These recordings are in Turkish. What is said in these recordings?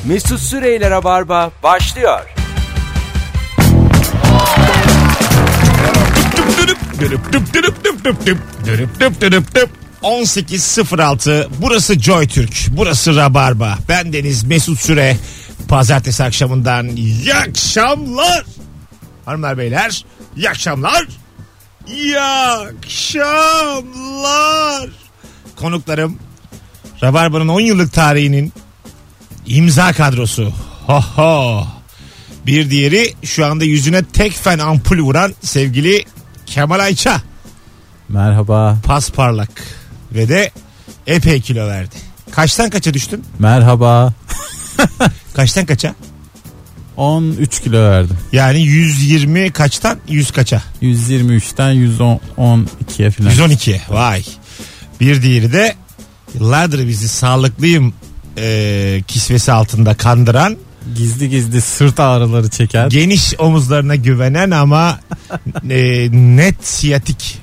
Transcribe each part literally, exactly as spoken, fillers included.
Mesut Süreyle Rabarba başlıyor. on sekiz sıfır altı burası Joy Türk, burası Rabarba. Ben Deniz Mesut Süre. Pazartesi akşamından iyi akşamlar hanımlar beyler, iyi akşamlar, iyi akşamlar. Konuklarım Rabarba'nın on yıllık tarihinin imza kadrosu. Ho ho. Bir diğeri şu anda yüzüne tek fen ampul vuran sevgili Kemal Ayça. Merhaba. Pasparlak ve de epey kilo verdi. Kaçtan kaça düştün? Merhaba. Kaçtan kaça? on üç kilo verdim. Yani yüz yirmi kaçtan yüz kaça? yüz yirmi üçten yüz on ikiye falan. yüz on ikiye. Vay. Bir diğeri de yıllardır bizi sağlıklıyım e, kisvesi altında kandıran, Gizli gizli sırt ağrıları çeken, geniş omuzlarına güvenen ama e, net siyatik,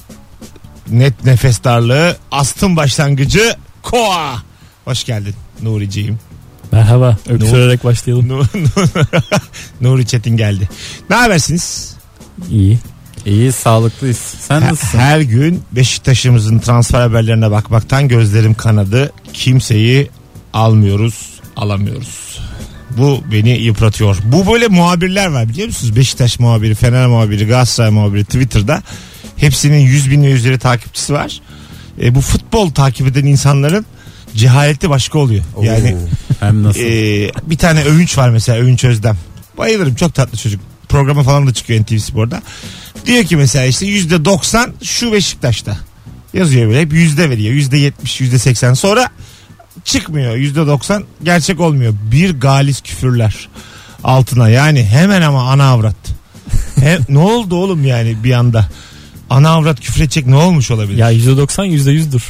net nefes darlığı, astım başlangıcı Koa. Hoş geldin Nuriciğim. Merhaba. Öksürerek başlayalım. Nur, Nuri Çetin geldi. Ne habersiniz? İyi. İyi, sağlıklıyız. Sen nasılsın? Her gün Beşiktaş'ımızın transfer haberlerine bakmaktan gözlerim kanadı. Kimseyi almıyoruz, alamıyoruz. Bu beni yıpratıyor. Bu böyle muhabirler var biliyor musunuz? Beşiktaş muhabiri, Fener muhabiri, Galatasaray muhabiri Twitter'da. Hepsinin yüz bin ve üzeri takipçisi var. E, bu futbol takip eden insanların cehaleti başka oluyor. Oo, yani hem nasıl? E, bir tane Övünç var mesela, Övünç Özdem. Bayılırım, çok tatlı çocuk. Programa falan da çıkıyor N T V Spor'da. Diyor ki mesela işte yüzde doksan şu Beşiktaş'ta. Yazıyor böyle, hep yüzde veriyor. Yüzde yetmiş, yüzde seksen. Sonra çıkmıyor. Yüzde doksan gerçek olmuyor. Bir galis küfürler altına. Yani hemen ama ana avrat. Hem, ne oldu oğlum yani bir anda? Ana avrat küfredecek ne olmuş olabilir? Ya yüzde doksan yüzde yüzdür.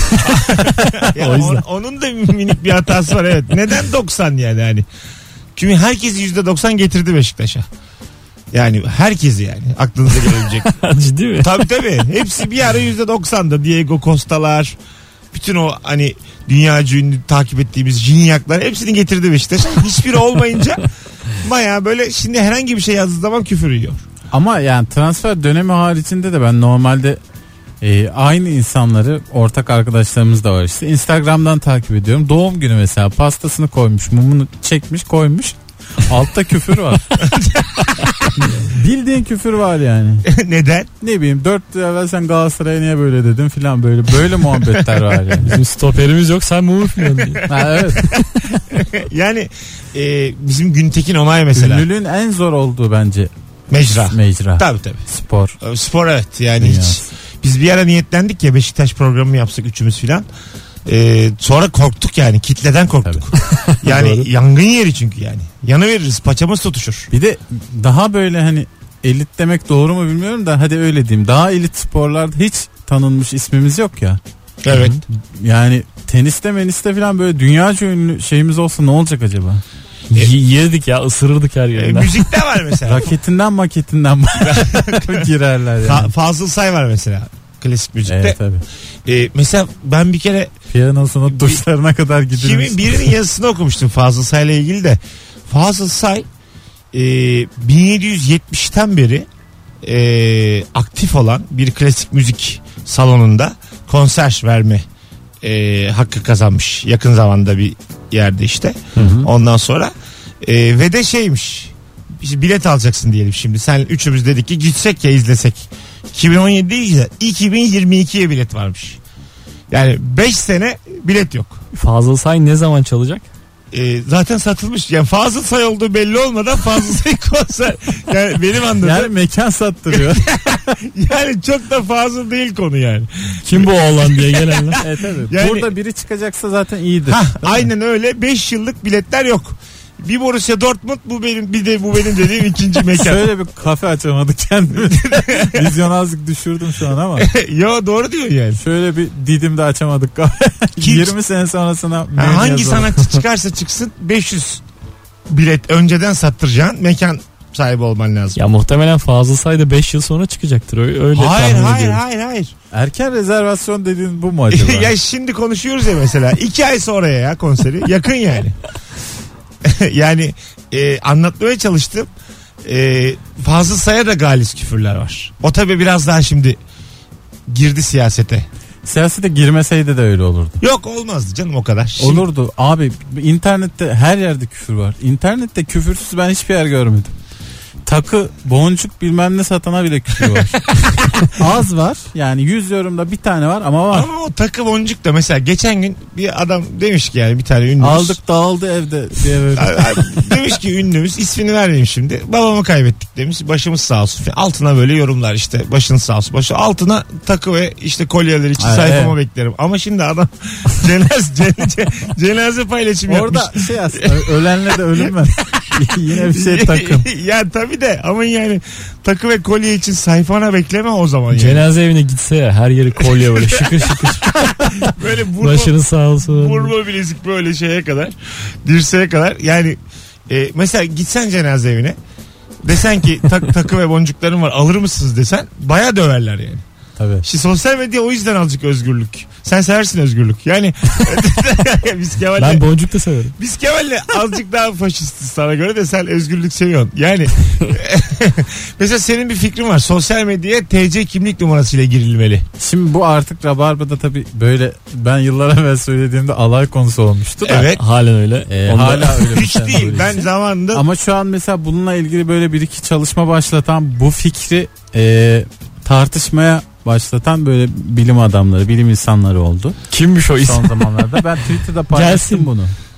Ya o on, onun da minik bir hatası var evet. Neden doksan yani hani? Çünkü herkesi yüzde doksan getirdi Beşiktaş'a. Yani herkesi yani aklınıza gelebilecek. Ciddi mi? Tabii tabii. Hepsi bir ara yüzde doksandı. Diego Costa'lar, bütün o hani dünyaca ünlü takip ettiğimiz jinyaklar hepsini getirdi Beşiktaş'a. Hiçbiri olmayınca baya böyle şimdi herhangi bir şey yazdığı zaman küfür yiyor. Ama yani transfer dönemi haricinde de ben normalde e, aynı insanları, ortak arkadaşlarımız da var işte. Instagram'dan takip ediyorum. Doğum günü mesela pastasını koymuş, mumunu çekmiş koymuş. Altta küfür var. Bildiğin küfür var yani. Neden? Ne bileyim, dört yıl evvel sen Galatasaray'a niye böyle dedin filan, böyle böyle muhabbetler var yani. Bizim stoperimiz yok, sen mi unutmuyorsun? Ha, evet. Yani e, bizim Güntekin Onay mesela. Ünlülüğün en zor olduğu bence Mecra. Mecra. Tabii tabii. Spor. Spor evet yani Dünya. hiç. Biz bir ara niyetlendik ya, Beşiktaş programı yapsak üçümüz filan. Ee, sonra korktuk yani, kitleden korktuk. Yani yangın yeri çünkü yani. Yanıveririz, paçamız tutuşur. Bir de daha böyle hani elit demek doğru mu bilmiyorum da hadi öyle diyeyim. Daha elit sporlarda hiç tanınmış ismimiz yok ya. Evet. Yani teniste meniste falan böyle dünyaca ünlü şeyimiz olsa ne olacak acaba? Y- yedik ya, ısırırdık her E, yerinden. müzikte var mesela. Raketinden maketinden girerler yani. Fa- Fazıl Say var mesela klasik müzikte. Evet tabii. E, mesela ben bir kere Piyanosuna, duşlarına kadar gidilmiş. kimin birinin yazısını okumuştum Fazıl Say'la ilgili de. Fazıl Say e, bin yedi yüz yetmişten beri e, aktif olan bir klasik müzik salonunda konser verme e, hakkı kazanmış. Yakın zamanda bir yerde işte. Hı hı. Ondan sonra e, ve de şeymiş, işte bilet alacaksın diyelim şimdi. Sen üçümüz dedik ki gitsek ya, izlesek. iki bin on yedi değil de iki bin yirmi ikiye bilet varmış. Yani beş sene bilet yok. Fazıl Say ne zaman çalacak? E, zaten satılmış. Yani Fazıl Say olduğu belli olmadan Fazıl Say konser. Yani benim anladığım. Yani mekan sattırıyor. Yani çok da fazla değil konu yani. Kim bu oğlan diye gelenler. Evet evet. Yani- Burada biri çıkacaksa zaten iyidir. Hah, aynen öyle. beş yıllık biletler yok. Bir Borussia Dortmund, bu benim, bir de bu benim dediğim ikinci mekan. Şöyle bir kafe açamadık kendimiz. Vizyon azıcık düşürdüm şu an ama. Yo, doğru diyor yani. Şöyle bir Didim'de açamadık kafe. Kim- yirmi sene sonrasına. Ha, menü hangi yazalım. sanatçı çıkarsa çıksın beş yüz bilet önceden sattıracağın mekan sahibi olman lazım. Ya muhtemelen Fazıl Say da beş yıl sonra çıkacaktır. Öyle, öyle hayır tahmin hayır ediyorum. hayır hayır. Erken rezervasyon dediğin bu mu acaba? Ya şimdi konuşuyoruz ya mesela. iki ay sonraya ya konseri. Yakın yani. Yani e, anlatmaya çalıştım. E, Fazıl Say'a da galis küfürler var. O tabii biraz daha şimdi girdi siyasete. Siyasete girmeseydi de öyle olurdu. Yok olmazdı canım o kadar. Şimdi, Olurdu abi, internette her yerde küfür var. İnternette küfürsüz ben hiçbir yer görmedim. Takı, boncuk bilmem ne satana bile küfür var. Az var yani, yüz yorumda bir tane var ama var. ama o takı boncuk da mesela geçen gün bir adam demiş ki, yani bir tane ünlümüz. Aldık dağıldı evde diye böyle. Demiş ki ünlümüz, ismini vermeyeyim şimdi. Babamı kaybettik demiş, başımız sağ olsun. Altına böyle yorumlar işte, başınız sağ olsun. Başı, altına takı ve işte kolyeler için Ay, sayfama evet. beklerim. Ama şimdi adam cenaze, cenaze, cenaze paylaşımı yapmış. Orada şey aslında, ölenle de ölünmez. Yine bir şey takım. Ya tabii de ama yani takı ve kolye için sayfana bekleme o zaman yani. Cenaze evine gitse ya, her yeri kolye böyle şıkır şıkır. Böyle vurma, Başınız sağ olsun. vurma bilezik böyle şeye kadar, dirseğe kadar. Yani e, mesela gitsen cenaze evine, desen ki tak, takı ve boncuklarım var, alır mısınız desen, baya döverler yani. Tabii. İşte sosyal medya o yüzden azıcık özgürlük. Sen seversin özgürlük. Yani biz Kemal'le Ben boncuk da severim. biz Kemal'le azıcık daha faşistiz sana göre, de sen özgürlük seviyorsun. Yani mesela senin bir fikrin var. Sosyal medyaya T C kimlik numarasıyla girilmeli. Şimdi bu artık Rabarba'da tabii böyle, ben yıllar evvel söylediğimde alay konusu olmuştu da. Evet. Halen öyle. Ee, Onda- hala öyle. Hiç bir şey değil. Ben söyleyeyim. zamanında Ama şu an mesela bununla ilgili böyle bir iki çalışma başlatan, bu fikri e, tartışmaya başlatan böyle bilim adamları, bilim insanları oldu. Kimmiş o isim? Son zamanlarda. Ben Twitter'da paylaştım Gelsin. bunu.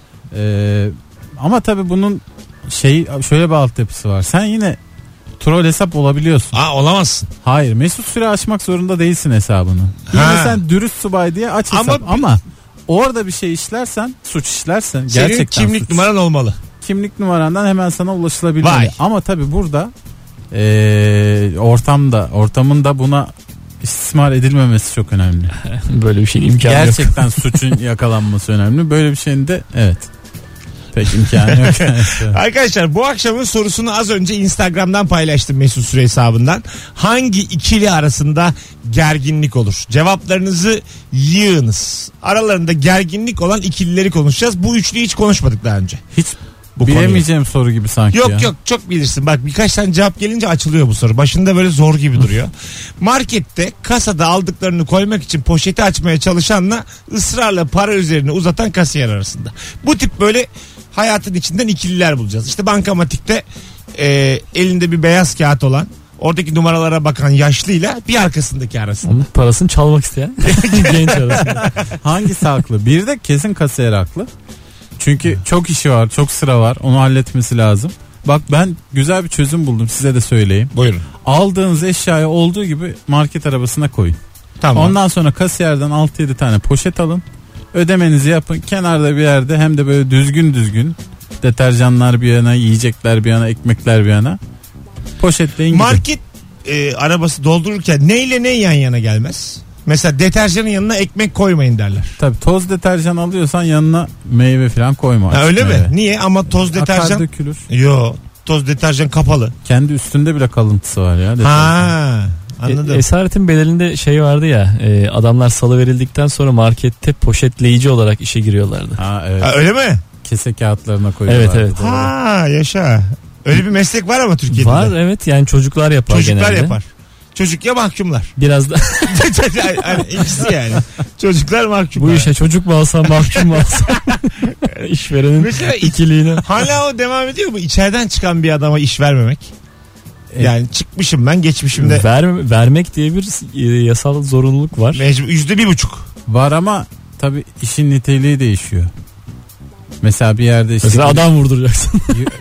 Ee, ama tabii bunun şey, şöyle bir altyapısı var. Sen yine troll hesap olabiliyorsun. Aa, olamazsın. Hayır, Mesut Süre açmak zorunda değilsin hesabını. Yine Ha. sen dürüst subay diye aç Ama hesap. bir- Ama orada bir şey işlersen, suç işlersen, Senin gerçekten kimlik suç. numaran olmalı. Kimlik numarandan hemen sana ulaşılabilmeli. Vay. Ama tabii burada ee, ortamda, ortamın da buna istismar edilmemesi çok önemli. Böyle bir şeyin imkanı yok. Gerçekten suçun yakalanması önemli. Böyle bir şeyin de evet, pek imkanı yok. Arkadaşlar, bu akşamın sorusunu az önce Instagram'dan paylaştım, Mesut Süre hesabından. Hangi ikili arasında gerginlik olur? Cevaplarınızı yığınız. Aralarında gerginlik olan ikilileri konuşacağız. Bu üçlüyü hiç konuşmadık daha önce. Hiç Bu bilemeyeceğim soru gibi sanki Yok ya. yok, çok bilirsin. Bak, birkaç tane cevap gelince açılıyor bu soru. Başında böyle zor gibi duruyor. Markette kasada aldıklarını koymak için poşeti açmaya çalışanla ısrarla para üzerine uzatan kasiyer arasında. Bu tip böyle hayatın içinden ikililer bulacağız. İşte bankamatikte e, elinde bir beyaz kağıt olan, oradaki numaralara bakan yaşlıyla bir arkasındaki arasında. Onun parasını çalmak isteyen genç arasında. Hangisi haklı? Bir de kesin kasiyer haklı. Çünkü çok işi var, çok sıra var. Onu halletmesi lazım. Bak, ben güzel bir çözüm buldum, size de söyleyeyim. Buyurun. Aldığınız eşyayı olduğu gibi market arabasına koyun. Tamam. Ondan sonra kasiyerden altı yedi tane poşet alın. Ödemenizi yapın. Kenarda bir yerde, hem de böyle düzgün düzgün, deterjanlar bir yana, yiyecekler bir yana, ekmekler bir yana, poşetleyin gidin. Market e, arabası doldururken neyle ne yan yana gelmez? Mesela deterjanın yanına ekmek koymayın derler. Tabii toz deterjan alıyorsan yanına meyve falan koyma. Ha, öyle Meyve. mi? Niye? Ama toz Akar deterjan... dökülür. Yo, toz deterjan kapalı. Kendi üstünde bile kalıntısı var ya. deterjan. Ha, anladım. E, Esaretin bedelinde şey vardı ya, e, adamlar salı verildikten sonra markette poşetleyici olarak işe giriyorlardı. Ha, evet. Ha, öyle mi? Kese kağıtlarına koyuyorlar. Evet evet. Ha, yaşa. Öyle bir meslek var ama Türkiye'de. Var de. evet, yani çocuklar yapar Çocuklar genelde. yapar. Çocuk ya mahkumlar. Biraz da Yani ikisi yani. Çocuklar mahkumlar. bu işe çocuk mu alsam mahkum mu alsam işverenin Mesela ikiliğine. hala o devam ediyor mu? İçeriden çıkan bir adama iş vermemek. E- Yani çıkmışım ben, geçmişimde Ver, vermek diye bir e, yasal zorunluluk var. mecbur yüzde bir buçuk. Var ama tabii işin niteliği değişiyor. Mesela bir yerde işte Mesela adam vurduracaksın.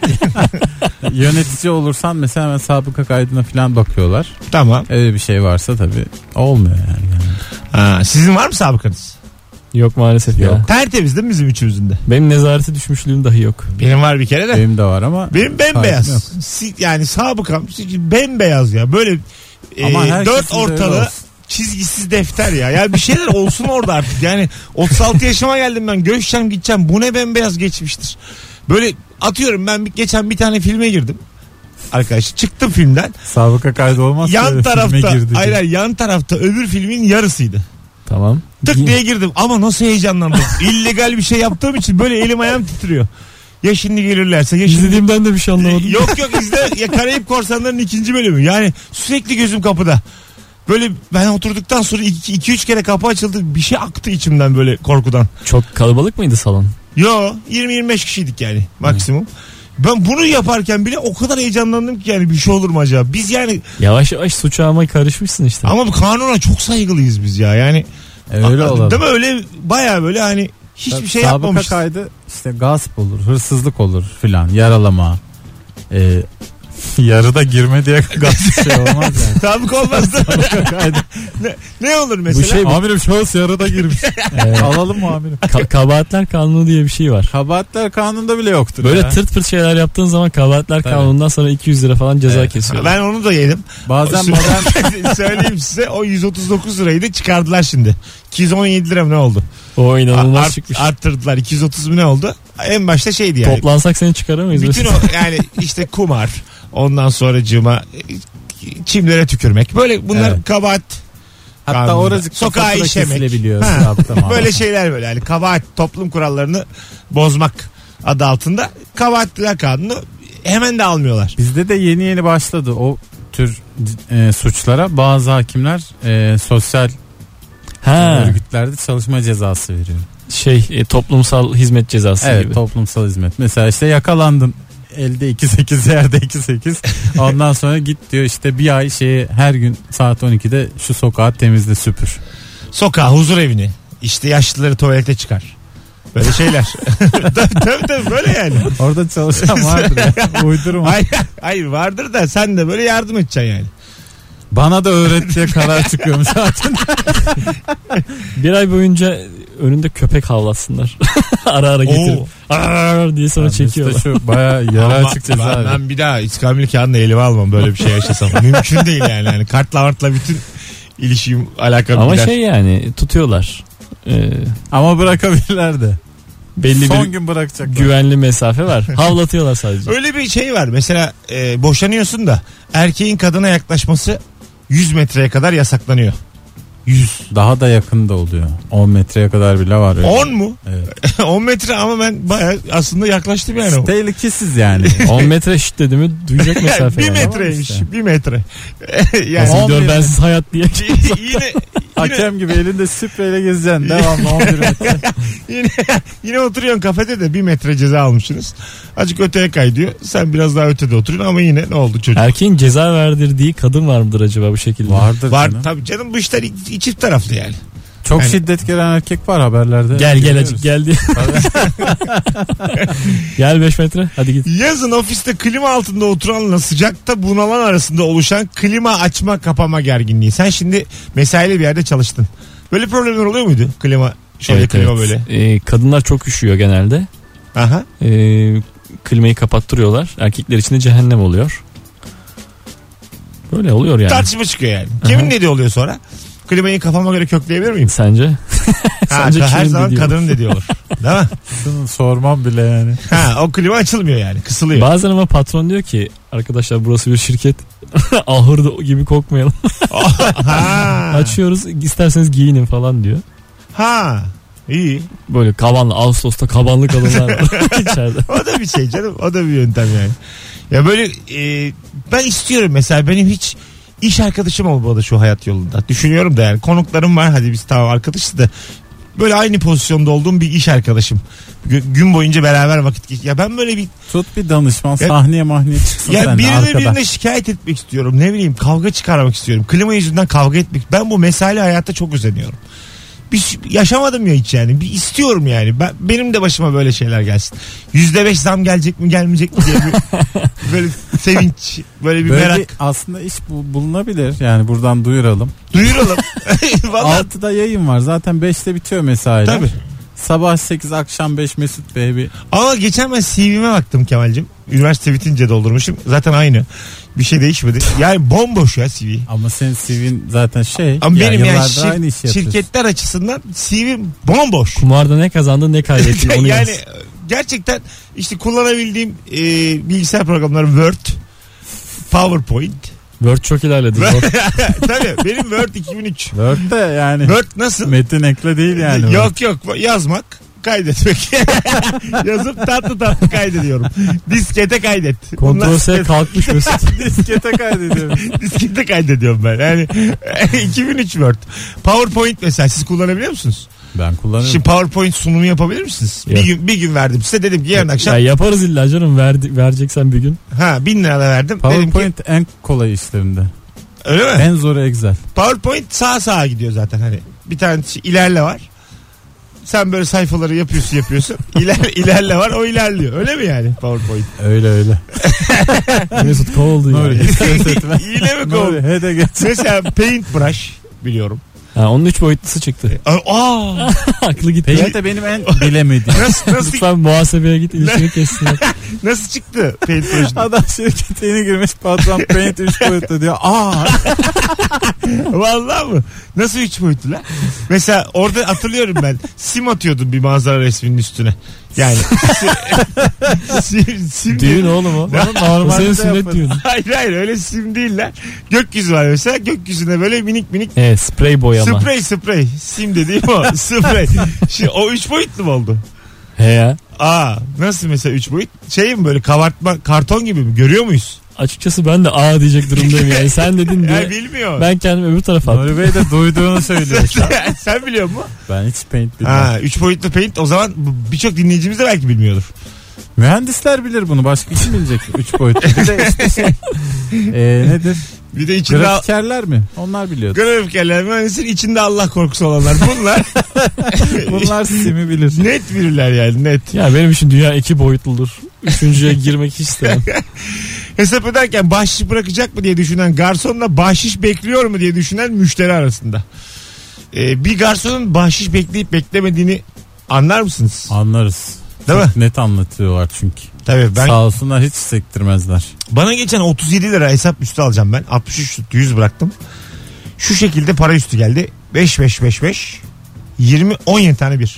yönetici olursan mesela hemen sabıka kaydına falan bakıyorlar. Tamam. Öyle bir şey varsa tabii olmuyor yani. Ha, sizin var mı sabıkanız? Yok maalesef Yok. ya. Tertemiz değil mi bizim üçümüzün de? Benim nezarete düşmüşlüğüm dahi yok. Benim var bir kere de. Benim de var ama Benim Kaydım yok. bembeyaz. Si- Yani sabıkam bembeyaz ya. Böyle Ama e, herkesin dört de öyle ortalı olsun. çizgisiz defter ya. Yani bir şeyler olsun orada artık. Yani otuz altı yaşıma geldim ben. Göçeceğim gideceğim. Bu ne bembeyaz geçmiştir. Böyle atıyorum, ben bir, geçen bir tane filme girdim. Arkadaş çıktım filmden. sabıka kaydı olmaz. Yan tarafta hayır, hayır, yan tarafta öbür filmin yarısıydı. Tamam. Tık diye girdim ama nasıl heyecanlandım. İllegal bir şey yaptığım için böyle elim ayağım titriyor. Ya şimdi gelirlerse ya şimdi... İzlediğimden de bir şey anlamadım. Yok yok izle ya Karayip Korsanları'nın ikinci bölümü. Yani sürekli gözüm kapıda. Böyle ben oturduktan sonra iki üç kere kapı açıldı. Bir şey aktı içimden böyle korkudan. Çok kalabalık mıydı salon? Yo yirmi yirmi beş kişiydik yani maksimum. Hmm. Ben bunu yaparken bile o kadar heyecanlandım ki yani bir şey olur mu acaba? Biz yani... Yavaş yavaş suç ağıma karışmışsın işte. Ama bu kanuna çok saygılıyız biz ya yani. E, öyle olur. Değil mi öyle baya böyle hani hiçbir şey yapmamışız. Sabıka kaydı işte gasp olur, hırsızlık olur filan, yaralama. Ee, yarıda girme diye gasp şey olmaz yani. Sabık olmaz da. ne, ne olur mesela? Bu şey amirim şahıs yarıda girmiş. Evet. Alalım mı amirim? Ka- kabahatler kanunu diye bir şey var. Kabahatler kanununda bile yoktur. Böyle ya. tırt pırt şeyler yaptığın zaman kabahatler Tabii. kanunundan sonra iki yüz lira falan ceza evet. kesiyorlar. Ben onu da yedim. Bazen modern söyleyeyim size o yüz otuz dokuz liraydı çıkardılar şimdi. iki yüz on yedi lira mı ne oldu? O inanılmaz Art, çıkmış. Arttırdılar iki yüz otuz mu ne oldu? En başta şeydi yani. Toplansak seni çıkaramayız. Bütün o yani işte kumar ondan sonracığıma çimlere tükürmek. Böyle bunlar evet. kabahat. Hatta oracık sokağa işemek. Böyle şeyler böyle yani kabahat toplum kurallarını bozmak adı altında kabahatler kanunu hemen de almıyorlar. Bizde de yeni yeni başladı o tür e, suçlara bazı hakimler e, sosyal ha. örgütlerde çalışma cezası veriyor. Şey e, toplumsal hizmet cezası evet, gibi. Evet toplumsal hizmet. Mesela işte yakalandın elde iki sekiz yerde iki sekiz ondan sonra git diyor işte bir ay şeyi her gün saat on ikide şu sokağı temizle süpür. Sokağı huzur evini işte yaşlıları tuvalete çıkar. Böyle şeyler. tabii, tabii tabii böyle yani. Orada çalışan vardır ya. Uydurma. Hayır, hayır vardır da sen de böyle yardım edeceksin yani. Bana da öğret diye karar çıkıyormuş zaten. Bir ay boyunca önünde köpek havlatsınlar. ara ara getirip arar diye sonra yani çekiyorlar. İşte şu bayağı yara açık ceza. Ben, ben bir daha iskambil kağıdını elime almam böyle bir şey yaşasam. Mümkün değil yani. yani kartla martla bütün ilişkim alakalı. Ama gider. Şey yani tutuyorlar. Ee, Ama bırakabilirler de. Belli son bir gün bırakacaklar. Güvenli mesafe var. Havlatıyorlar sadece. Öyle bir şey var. Mesela e, boşanıyorsun da erkeğin kadına yaklaşması yüz metreye kadar yasaklanıyor. yüz Daha da yakın da oluyor. on metreye kadar bile var. Öyle. on mu? Evet. on metre ama ben bayağı aslında yaklaştım yani. Tehlikesiz yani. on metre şit dedi mi duyacak mesafe. bir metreymiş. Işte. Bir metre. yani gidiyor bensiz hayat diye. yine hakem gibi elinde spreyle gezeceksin. Devamlı on bir metre. yine, yine oturuyorsun kafede de bir metre ceza almışsınız. Azıcık öteye kaydıyor. Sen biraz daha ötede oturuyorsun ama yine ne oldu çocuk? Erkeğin ceza verdirdiği kadın var mıdır acaba bu şekilde? Vardır. Var canım. Tabii canım bu işler çift taraflı yani. Çok yani, şiddet gören erkek var haberlerde. Gel gel acık gel diye. Gel beş metre hadi git. Yazın ofiste klima altında oturanla sıcakta bunalan arasında oluşan klima açma kapama gerginliği. Sen şimdi mesaili bir yerde çalıştın. Böyle problemler oluyor muydu? Klima şöyle evet, klima evet. böyle. Ee, kadınlar çok üşüyor genelde. Aha. Ee, klimayı kapattırıyorlar. Erkekler için de cehennem oluyor. Böyle oluyor yani. Tartışma çıkıyor yani. Kimin Aha. dediği oluyor sonra? Klimayı kafama göre kökleyebilir miyim? Sence? Ha, Sence her zaman dediği kadının dediği olur. Değil mi? Sormam bile yani. Ha, o klima açılmıyor yani. Kısılıyor. Bazen ama patron diyor ki arkadaşlar burası bir şirket. Ahır gibi kokmayalım. Açıyoruz isterseniz giyinin falan diyor. Ha. İyi. Böyle kabanlı Ağustos'ta kabanlı kadınlar var içeride. O da bir şey canım. O da bir yöntem yani. Ya böyle e, ben istiyorum mesela benim hiç iş arkadaşım olmadı şu hayat yolunda. Düşünüyorum da yani konuklarım var hadi biz tamam arkadaşız da böyle aynı pozisyonda olduğum bir iş arkadaşım. Gün boyunca beraber vakit geç. Ya ben böyle bir tut bir danışman ya, sahneye mahneye çıksın ya sen birine birine şikayet etmek istiyorum. Ne bileyim kavga çıkarmak istiyorum. Klima yüzünden kavga etmek. Ben bu mesaili hayatta çok özeniyorum. Bir yaşamadım ya hiç yani. Bir istiyorum yani. Ben, benim de başıma böyle şeyler gelsin. Yüzde beş zam gelecek mi gelmeyecek mi diye bir, böyle sevinç, böyle bir böyle merak. Bir aslında iş bu, bulunabilir. Yani buradan duyuralım. Duyuralım. altıda yayın var. Zaten beşte bitiyor mesailer. Tabii. Sabah sekiz akşam beş Mesut Bey bir. Ama geçen ben C V'me baktım Kemal'cim. Üniversite bitince doldurmuşum. Zaten aynı. Bir şey değişmedi. Yani bomboş ya C V. Ama senin C V'in zaten şey. Ama ya benim yani şir- aynı işi şirketler açısından C V bomboş. Kumarda ne kazandın ne kaybettin onu yani yaz. Gerçekten işte kullanabildiğim e, bilgisayar programları Word, PowerPoint. Word çok ilerledi. Tabii benim Word iki bin üç. Word de yani. Word nasıl? Metin ekle değil yani. Yok yok yazmak, kaydetmek. Yazıp tatlı tatlı kaydediyorum. Diskete kaydet. Kontrol S kalkmış Mesut. Diskete kaydediyorum. Diskete kaydediyorum ben. Yani iki bin üç Word. PowerPoint mesela siz kullanabiliyor musunuz? Ben kullanıyorum. Şimdi PowerPoint sunumu yapabilir misiniz? Yok. Bir gün, bir gün verdim size, dedim ki yarın akşam. Ya yaparız illa canım, verdi, vereceksen bir gün. Ha bin lira da verdim. PowerPoint Dedim ki, en kolay işlerinde. öyle mi? En zoru Excel. PowerPoint sağa sağa gidiyor zaten hani. Bir tane ilerle var. Sen böyle sayfaları yapıyorsun yapıyorsun. İler, ilerle var, o ilerliyor. Öyle mi yani PowerPoint? Öyle öyle. Mesut kovuldu ya. İyile mi kol? Hede geç. Mesela Paintbrush biliyorum. Ha, onun üç boyutlusu çıktı. Aa! Aklı gitti. Paint de benim en bilemediğim. Nasıl, nasıl, Lütfen muhasebeye git, ilişkini kessin. nasıl çıktı Paintbrush'ın? Adam şirkete yeni girmiş, patron Paint üç boyutlu diyor. Aa. Vallahi mı? Nasıl üç boyutlu lan? Mesela orada hatırlıyorum ben. Sim atıyordum bir manzara resminin üstüne. Yani sim, sim Düğün değil. oğlum o. O Normalde senin de sünnet yaparız. düğünü. Hayır hayır öyle sim değil lan. Gökyüzü var mesela. Gökyüzüne böyle minik minik Evet, sprey boyama. sprey sprey. Sim dediğim o. Sprey. Şimdi o üç boyutlu mu oldu? He ya. Aa nasıl mesela üç boyut? Şey mi böyle kabartma karton gibi mi? Görüyor muyuz? Açıkçası ben de aa diyecek durumdayım yani. Sen dedin diye. Yani bilmiyor. Ben kendimi öbür tarafa attım. Nuri Bey de duyduğunu söylüyor. Sen biliyor musun? Ben hiç Paint bilmem. Ha, üç boyutlu paint o zaman birçok dinleyicimiz de belki bilmiyordur. Mühendisler bilir bunu. Başka kim bilecek? Üç boyutlu. Bir de işte şey. E, nedir? Bir de içinde Grafikerler mi? Onlar biliyordu. grafikerler, mühendislerin içinde Allah korkusu olanlar. Bunlar Bunlar simi bilir. net bilirler yani net. Ya benim için dünya iki boyutludur. Üçüncüye girmek hiç istemem. Hesap ederken bahşiş bırakacak mı diye düşünen garsonla bahşiş bekliyor mu diye düşünen müşteri arasında. Ee, bir garsonun bahşiş bekleyip beklemediğini anlar mısınız? Anlarız. Değil Çok mi? net anlatıyorlar çünkü. Tabii ben Sağ olsunlar, hiç sektirmezler. bana geçen otuz yedi lira hesap üstü alacağım ben. altmış üç tuttu, yüz bıraktım. Şu şekilde para üstü geldi. beş beş beş beş yirmi on yedi tane bir.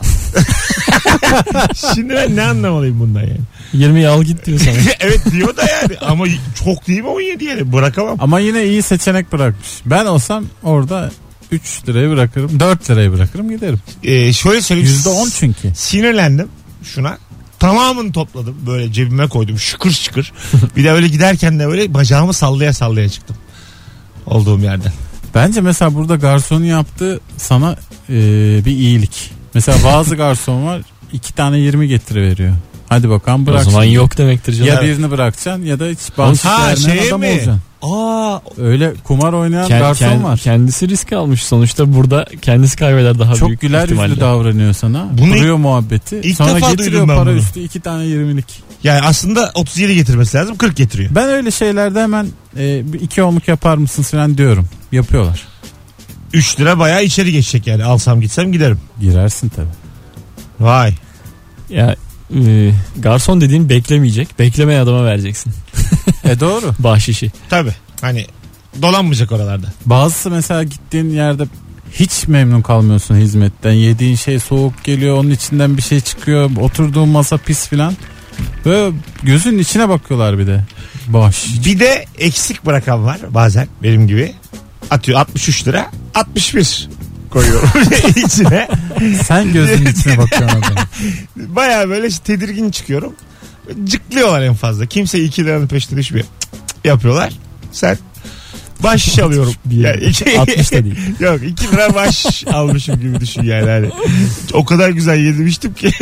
Şimdi ben ne anlamalıyım bundan yani? yirmiyi al git diyor sana. Evet diyor da yani ama çok değil mi on yedi yani, bırakamam. Ama yine iyi seçenek bırakmış. Ben olsam orada üç lirayı bırakırım, dört lirayı bırakırım, giderim. Ee, şöyle söyleyeyim. yüzde on çünkü. Sinirlendim şuna. Tamamını topladım. Böyle cebime koydum. Şıkır şıkır. Bir de öyle giderken de böyle bacağımı sallaya sallaya çıktım. Olduğum yerden. Bence mesela burada garsonun yaptığı sana e, bir iyilik. Mesela bazı garson var, iki tane yirmi getiriveriyor. Hadi bakalım bırak. O zaman şimdi. yok demektir canım. Ya birini bırakacaksın ya da hiç bahşiş Ha vermeyen şey adam mi? olacaksın. Aa Öyle kumar oynayan Kend- garson kend- var. Kendisi risk almış sonuçta, burada kendisi kaybeder daha Çok büyük güler ihtimalle. yüzlü davranıyor sana. Bunu Kuruyor muhabbeti. ilk Sonra defa getiriyor duydum ben para bunu. üstü iki tane yirmilik. yani aslında otuz yedi getirmesi lazım, kırk getiriyor. Ben öyle şeylerde hemen e, bir iki omluk yapar mısın falan diyorum. Yapıyorlar. üç lira bayağı içeri geçecek yani, alsam gitsem giderim. Girersin tabii. Vay. Ya e, garson dediğin beklemeyecek. Beklemeyen adama vereceksin E doğru. bahşişi. Tabii hani dolanmayacak oralarda. Bazısı mesela gittiğin yerde hiç memnun kalmıyorsun hizmetten. Yediğin şey soğuk geliyor, onun içinden bir şey çıkıyor. Oturduğun masa pis filan. Böyle gözünün içine bakıyorlar bir de. Boş. Bir de eksik bırakan var bazen benim gibi. Atıyor altmış üç lira, altmış bir koyuyorum içine. Sen gözünün içine bakıyorsun adamın. Baya böyle tedirgin çıkıyorum. Cıklıyorlar en fazla. Kimse iki liranın peşine düşmüyor. Cık cık yapıyorlar. Sen baş alıyorum. Yani iki, altmış da değil. Yok iki lira baş almışım gibi düşün yani. Hani. O kadar güzel yedirmiştim ki.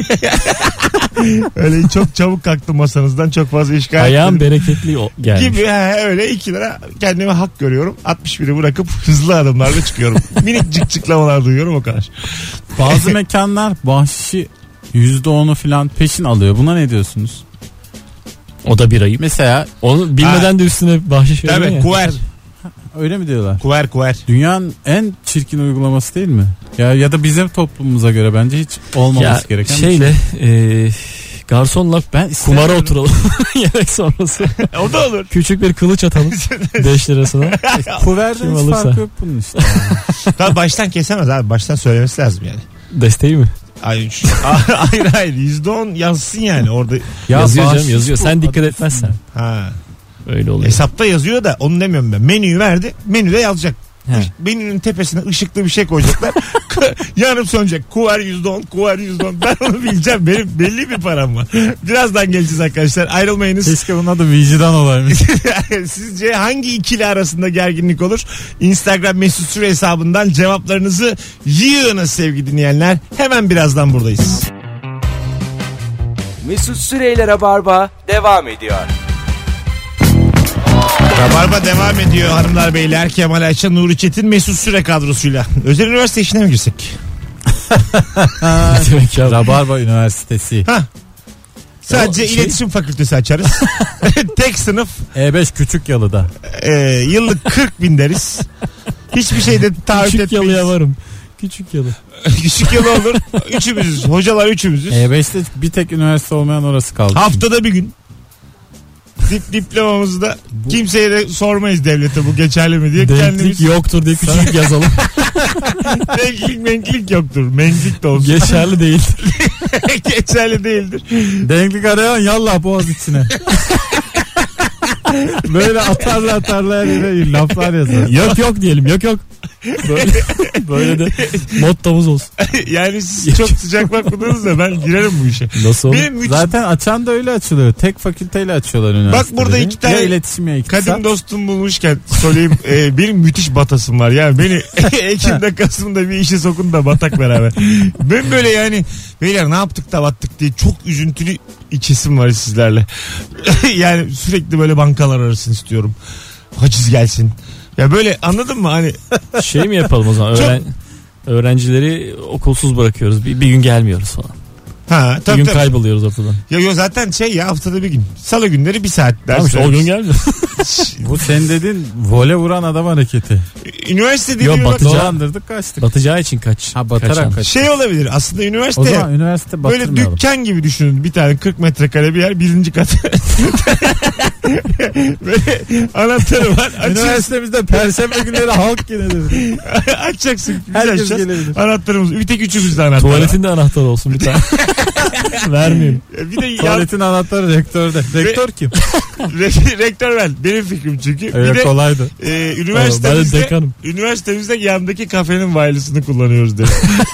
Öyle çok çabuk kalktım masanızdan, çok fazla işgal Ayağın etmedim. bereketli o- gelmiş. Gibi he, öyle iki lira kendime hak görüyorum. altmış biri bırakıp hızlı adımlarla çıkıyorum. Minik cık cıklamalar duyuyorum, o kadar. Bazı mekanlar bahşişi yüzde onu filan peşin alıyor. Buna ne diyorsunuz? O da bir ayıp. Mesela Onu bilmeden Ha. de üstüne bahşiş veriyor Tabii ya. kuver. öyle mi diyorlar? Kuver kuver. Dünyanın en çirkin uygulaması değil mi? Ya ya da bizim toplumumuza göre bence hiç olmaması Ya gereken şeyle e, garsonla Ben kumara istemiyorum. oturalım yemek sonrası. O da olur. Küçük bir kılıç atalım beş lirasına. bir şey. Kuverden Kim hiç alırsa. farkı yok bunun işte. Tabii baştan kesemez abi. Baştan söylemesi lazım yani. Desteği mi? Ay, şu- hayır hayır yüzde on yazsın yani orada. Ya yazıyor canım, bahşiş yazıyor. bu, Sen dikkat adı etmezsen. Ha. Öyle oluyor. Hesapta yazıyor da onu demiyorum ben. Menüyü verdi. Menüde yazacak. He. Beyninin tepesine ışıklı bir şey koyacaklar. Yanıp sönecek. Kuvar yüzde on, kuvar yüzde on. Ben onu bileceğim. Benim belli bir param var. Birazdan geleceğiz arkadaşlar. Ayrılmayınız. Keşke bunun adı vicdan olaymış. Sizce hangi ikili arasında gerginlik olur? Instagram mesut süre hesabından cevaplarınızı yığınız sevgili dinleyenler. Hemen birazdan buradayız. Mesut Süreyler'e barba devam ediyor. Rabarba devam ediyor hanımlar beyler. Kemal Ayça, Nuri Çetin, Mesut Süre kadrosuyla. Özel üniversite işine mi girsek? Rabarba Üniversitesi. Ha. Sadece O şey- iletişim fakültesi açarız. Tek sınıf. E beş Küçük Yalı'da. E, yıllık kırk bin deriz. Hiçbir şeyde taahhüt Küçük etmeyiz. yalıya varım. Küçük yalı. Küçük yalı olur. Üçümüzüz. Hocalar üçümüzüz. E beşte bir tek üniversite olmayan orası kaldı. Haftada bir gün. Dip, diplomamızı da kimseye de sormayız devlete bu geçerli mi diye. Denklik Kendimiz yoktur diye küçük yazalım. denklik menklik yoktur. Menklik de olsun. Geçerli değil. Geçerli değildir. Denklik arayan yallah boğaz içine. Böyle atarlı atarlı her yere laflar yazar. Yok yok diyelim. Yok yok. Böyle, böyle de mottomuz olsun. Yani siz çok sıcak bakmadınız da ben girerim bu işe. Nasıl olur? Benim müthiş... Zaten açan da öyle açılıyor. Tek fakülteyle açıyorlar üniversiteleri. Bak burada iki tane ya iletişim ya iktisat. kadim dostum bulmuşken söyleyeyim. e, benim müthiş batasım var. Yani beni Ekim'de Kasım'da bir işe sokun da batak beraber. Ben böyle yani beyler ne yaptık da battık diye çok üzüntülü içesim var sizlerle. Yani sürekli böyle bankalar arasın istiyorum. Haciz gelsin. Ya böyle anladın mı hani? Şey mi yapalım o zaman? Çok- Öğren, öğrencileri okulsuz bırakıyoruz. Bir, bir gün gelmiyoruz falan. Ha Bir tabii gün tabii. kayboluyoruz ortadan. Ya, yo, zaten şey ya haftada bir gün. Salı günleri bir saat ders Tamam işte o gün veririz. gelmiyor. Bu sen dedin vole vuran adam hareketi. Üniversite Yo, dediğim bak- Batıca- Dolandırdık kaçtık. Batacağı için kaç. Ha batarak kaçan. kaç. şey olabilir aslında O üniversite zaman üniversite böyle batırmayalım. dükkan gibi düşünün. Bir tane kırk metrekare bir yer birinci katı. Böyle anahtarı var. Açacaksın, Üniversitemizde perşembe günleri halk gelir. açacaksın. Herkes Güzel şans. gelebilir. Anahtarımız. Bir tek üçümüzde anahtar. Tuvaletin de anahtarı olsun bir tane. Vermeyeyim. var. Bir de ya, Tuvaletin anahtarı rektörde. Rektör kim? re- rektör ben. Benim fikrim çünkü. Öyle bir de kolaydı. e, Ben de üniversitemizde dekanım. üniversitemizde yandaki kafenin wireless'ını kullanıyoruz dedi.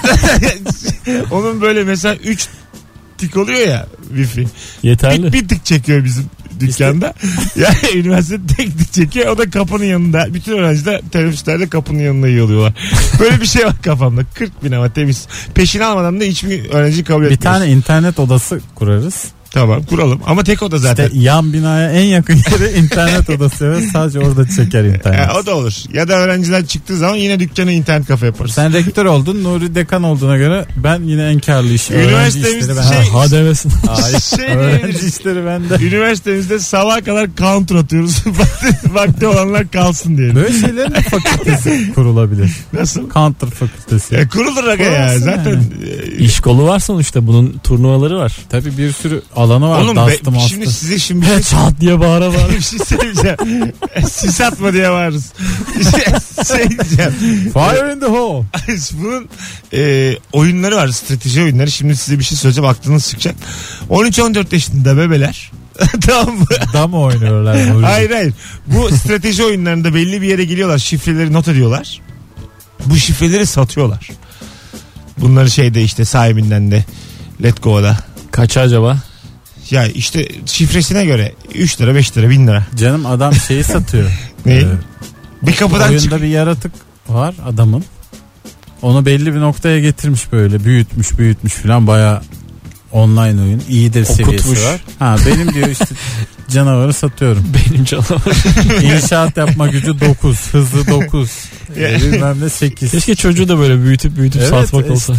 Onun böyle mesela üç tik oluyor ya wifi. Yeterli. Bir, bir tık çekiyor bizim dükkanda. Yani üniversite tek tık çekiyor. O da kapının yanında. Bütün öğrenciler teneffüslerde kapının yanında yiyorlar. Böyle bir şey var kafamda. kırk bin ama temiz. Peşini almadan da hiçbir öğrenci kabul Bir etmiyoruz. tane internet odası kurarız. Tamam kuralım. Ama tek oda zaten. İşte yan binaya en yakın yere internet odası ve sadece orada çeker internet. Ya, o da olur. Ya da öğrenciler çıktığı zaman yine dükkanı internet kafe yaparız. Sen rektör oldun, Nuri dekan olduğuna göre ben yine en karlı iş. Öğrenci Üniversitemiz işleri ben. şey- Ha, ha demesin. Hayır. Şey Öğrenci diyebiliriz. işleri bende. Üniversitemizde sabaha kadar counter atıyoruz. Vakti- Vakti olanlar kalsın diyelim. Böyle şeylerin de fakültesi kurulabilir. Nasıl? Counter fakültesi. E, kurulur aga ya. Kurulsun Zaten yani. e, İş kolu var sonuçta. Bunun turnuvaları var. Tabii bir sürü alanı var. oğlum be, Dastı mastı. şimdi size şimdi bir şey, Çat diye bağıra bağıra. bir şey söyleyeceğim. Sis atma diye varız. şey diyeceğim. Fire in the hole. Bunun e, oyunları var. Strateji oyunları. Şimdi size bir şey söyleyeceğim. Aklınız çıkacak. on üç on dört yaşında bebeler. Tamam mı? Dam oynuyorlar. Nuri. Hayır hayır. Bu strateji oyunlarında belli bir yere geliyorlar. Şifreleri not ediyorlar. Bu şifreleri satıyorlar. Bunları şeyde işte sahibinden de Let Go'da. Kaç acaba? Ya işte şifresine göre üç lira beş lira bin lira. Canım adam şeyi satıyor. Neyi? Ee, Bir kapıdan oyunda çık. bir yaratık var adamın. Onu belli bir noktaya getirmiş böyle. Büyütmüş büyütmüş falan baya online oyun. İyidir seviyesi Okutmuş. var. Ha benim diyor işte canavarı satıyorum. Benim canavar. İnşaat yapma gücü dokuz. Hızı dokuz. Ya. e, bilmem ne sekiz. Keşke çocuğu da böyle büyütüp büyütüp Evet, satmak işte. olsa.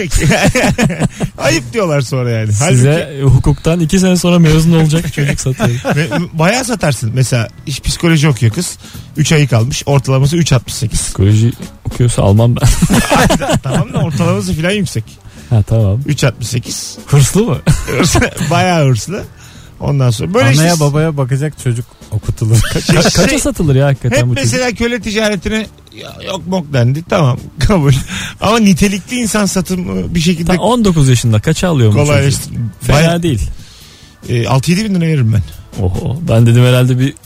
Ayıp diyorlar sonra yani. Size e, hukuktan iki sene sonra mezun olacak çocuk satıyor. Halbuki ve- bayağı satarsın. Mesela iş psikoloji okuyor kız. üç ayı kalmış. Ortalaması üç altmış sekiz. Psikoloji okuyorsa almam ben. Tamam da ortalaması falan yüksek. Ha tamam. üç altmış sekiz. Hırslı mı? Bayağı hırslı. Ondan sonra böyle Anaya işte- babaya bakacak çocuk okutulur. Ka- Şey- kaça satılır ya hakikaten hep bu çocuk? mesela köle ticaretine ya yok mok dendi. Tamam kabul. Ama nitelikli insan satımı bir şekilde Tam on dokuz yaşında kaça alıyor bu çocuk? kolaylaştır. Fena değil. E, altı yedi bin lira veririm ben. Oho. Ben dedim herhalde bir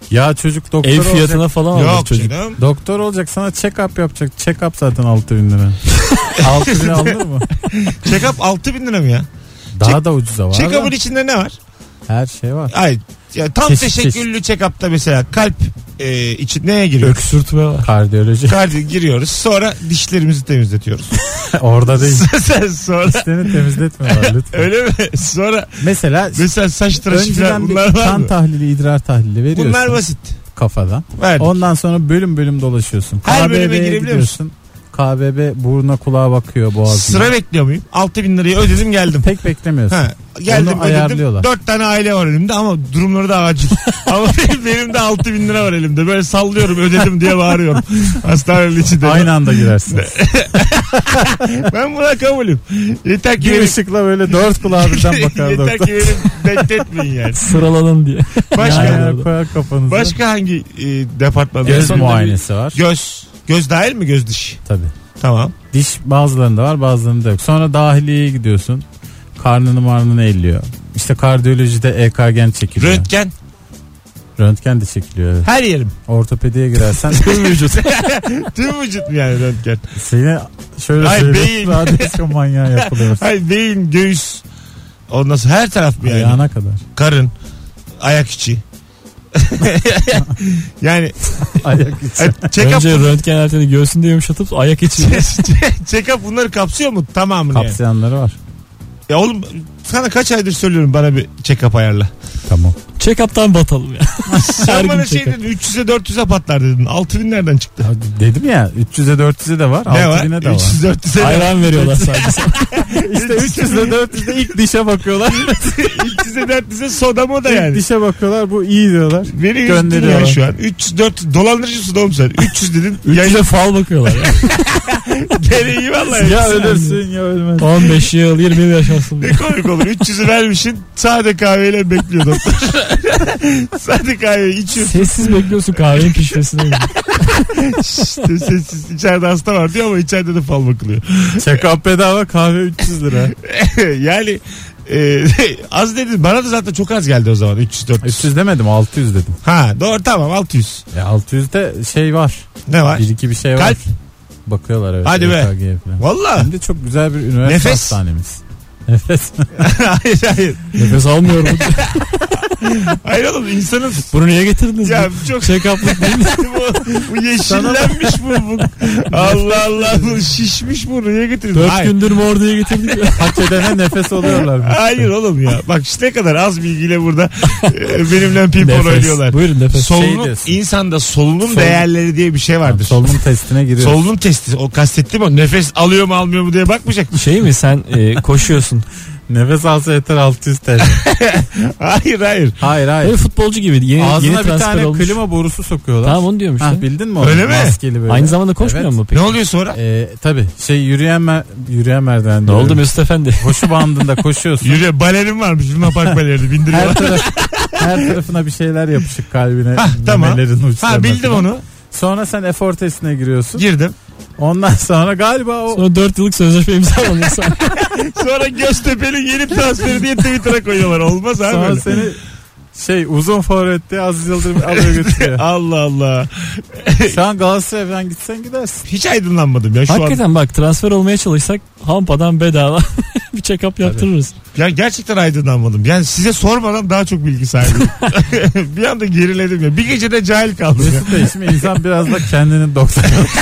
Ya çocuk doktor Ev olacak. fiyatına falan alır Yok çocuk. canım. Doktor olacak, sana check-up yapacak. Check-up zaten altı bin lira. altı bin alınır mı? Check-up altı bin lira mı ya? Daha Check- da ucuza var. Check-up'ın da. içinde ne var? Her şey var. Ay, ya tam Çeşit teşekküllü check-up'ta mesela kalp e, için neye giriyoruz? Öksürtme var. Kardiyoloji. Kardi giriyoruz. Sonra dişlerimizi temizletiyoruz. Orada değil. Sonra Dişlerini temizletmiyorlar lütfen. öyle mi? Sonra Mesela mesela saç tıraşı falan önceden bir bunlar var kan mı? tahlili, idrar tahlili veriyorsun. Bunlar basit. Kafadan. Verdik. Ondan sonra bölüm bölüm dolaşıyorsun. Her bölüme K B B'ye girebiliyor gidiyorsun. K B B buruna kulağa bakıyor, boğazına. Sıra bekliyor muyum? altı bin lirayı ödedim geldim. Pek beklemiyorsun. Ha, geldim Onu ödedim. ayarlıyorlar. Dört tane aile var elimde ama durumları da acil. Ama benim, benim de altı bin lira var elimde. Böyle sallıyorum ödedim diye bağırıyorum. Hastanenin içinde. Aynı anda girersin. Ben buna kabulüm. Yeter ki Bir benim, ışıkla böyle dört kulağa birden bakar yeter doktor. ki benim bekletmeyin yani. Sıralanın diye. Başka, Ayağına koyar kafanıza. başka hangi e, departmanda? Göz Son- muayenesi var. Göz. Göz dahil mi göz diş? Tabii. Tamam. Diş bazılarında var, bazılarında yok. Sonra dahiliyeye gidiyorsun. Karnını marnını elliyor. İşte kardiyolojide E K G çekiliyor. Röntgen. Röntgen de çekiliyor. Evet. Her yerim. Ortopediye girersen Tüm vücut. Tüm vücut mu yani röntgen? seni şöyle Ay, söyleyeyim. beyin. Radyasyon manyağı yapılıyor. Hayır beyin, göğüs. Ondan sonra her taraf mı yani? Ayağına kadar. Karın, ayak içi. Yani Ayak içi. check-up, Önce röntgen aletini göğsünde yumuşatıp ayak içine. check-up bunları kapsıyor mu? Tamamını yani. Kapsayanları var. Ya oğlum sana kaç aydır söylüyorum bana bir check-up ayarla. Tamam. Check-up'tan batalım ya. Her Sen gün bana şey check-up. dedin üç yüze dört yüze patlar dedin. altı bin nereden çıktı? Ya dedim ya üç yüze dört yüze de var. Ne var? altı bine de üç yüz var. dört yüze de var. Ayran veriyorlar sadece. İşte üç yüze dört yüze ilk dişe bakıyorlar. üç yüze dört yüze soda moda İlk yani. dişe bakıyorlar, bu iyi diyorlar. Beni üzdün ya Gönderiyorlar. şu an. üç yüz dört yüz dolandırıcısın oğlum sen. üç yüz dedin. üç yüze Yayın fal bakıyorlar ya. gene iyi vallahi. Ya ölürsün ya ölmezsin. on beş yıl yirmi yıl yaşarsın diye. Ne komik olur. üç yüzü vermişsin. Sade kahveyle bekliyor doktor. Sade kahve içiyorsun. Sessiz bekliyorsun kahvenin pişmesine. İşte sessiz. İçeride hasta var diyor ama içeride de fal bakılıyor. Check-up bedava, kahve üç yüz lira. Yani e, az dedin. Bana da zaten çok az geldi o zaman. üç yüz dört yüz. üç yüz demedim, altı yüz dedim. Ha doğru tamam altı yüz. E altı yüzde şey var. Ne var? Bir iki bir şey var. Kalp. Bakıyorlar evet. Hadi be. E K G falan. Valla. Hem de çok güzel bir üniversite Nefes. hastanemiz. Nefes. hayır hayır. Nefes almıyorum. Hayır oğlum insanın Bunu niye getirdiniz? ya bu? çok Check-up'lık değil mi? bu, bu yeşillenmiş bu, bu. Allah Allah bu şişmiş bu niye getirdin? Dört Hayır. gündür mü orduya getirdik ya. Hak edene nefes oluyorlar. Hayır oğlum ya. Bak işte ne kadar az bilgiyle burada e, benimle pimpon Nefes. oynuyorlar. Buyurun nefes. Solunum, diyorsun. insanda solunum Sol- değerleri diye bir şey vardır. Solunum testine giriyoruz. Solunum testi. O kastettiğim o. Nefes alıyor mu almıyor mu diye bakmayacak. Şey mi sen e, koşuyorsun. Nefes alsa yeter altı yüz T L. Hayır hayır. Hayır hayır. Böyle futbolcu gibi yeni, Ağzına yeni bir transfer tane olmuş. klima borusu sokuyorlar. Tamam onu diyorum işte. Ha, bildin mi onu? Öyle mi? Maskeli böyle. Aynı zamanda koşmuyor Evet. mu peki? Ne oluyor sonra? Ee, tabii şey yürüyen mer yürüyen merdiven. Ne diyorum. oldu Mesut Efendi? Koşu bandında koşuyorsun. Yürü balerin varmış. Luna Park balerini her, bindiriyorlar. taraf, her tarafına bir şeyler yapışık kalbine. Hah, tamam. memelerin uçlarına Ha bildim falan. onu. Sonra sen efor testine giriyorsun. Girdim. Ondan sonra galiba o Sonra dört yıllık sözleşme imzalanırsa. Sonra Göztepe'nin yeni transferi diye Twitter'a koyuyorlar. Olmaz abi. sonra böyle. seni şey uzun forvette Aziz Yıldırım alıyor götürüyor. Allah Allah. Şu an Galatasaray'a falan gitsen gidersin. Hiç aydınlanmadım ya şu Hakikaten bak transfer olmaya çalışsak Hampa'dan bedava bir check-up yaptırırız. an. Ya gerçekten aydınlanmadım. Yani size sormadan daha çok bilgi sahibiyim. Bir anda geriledim ya. Bir gecede cahil kaldım ya. Mesut Bey şimdi insan biraz da kendinin doktoru.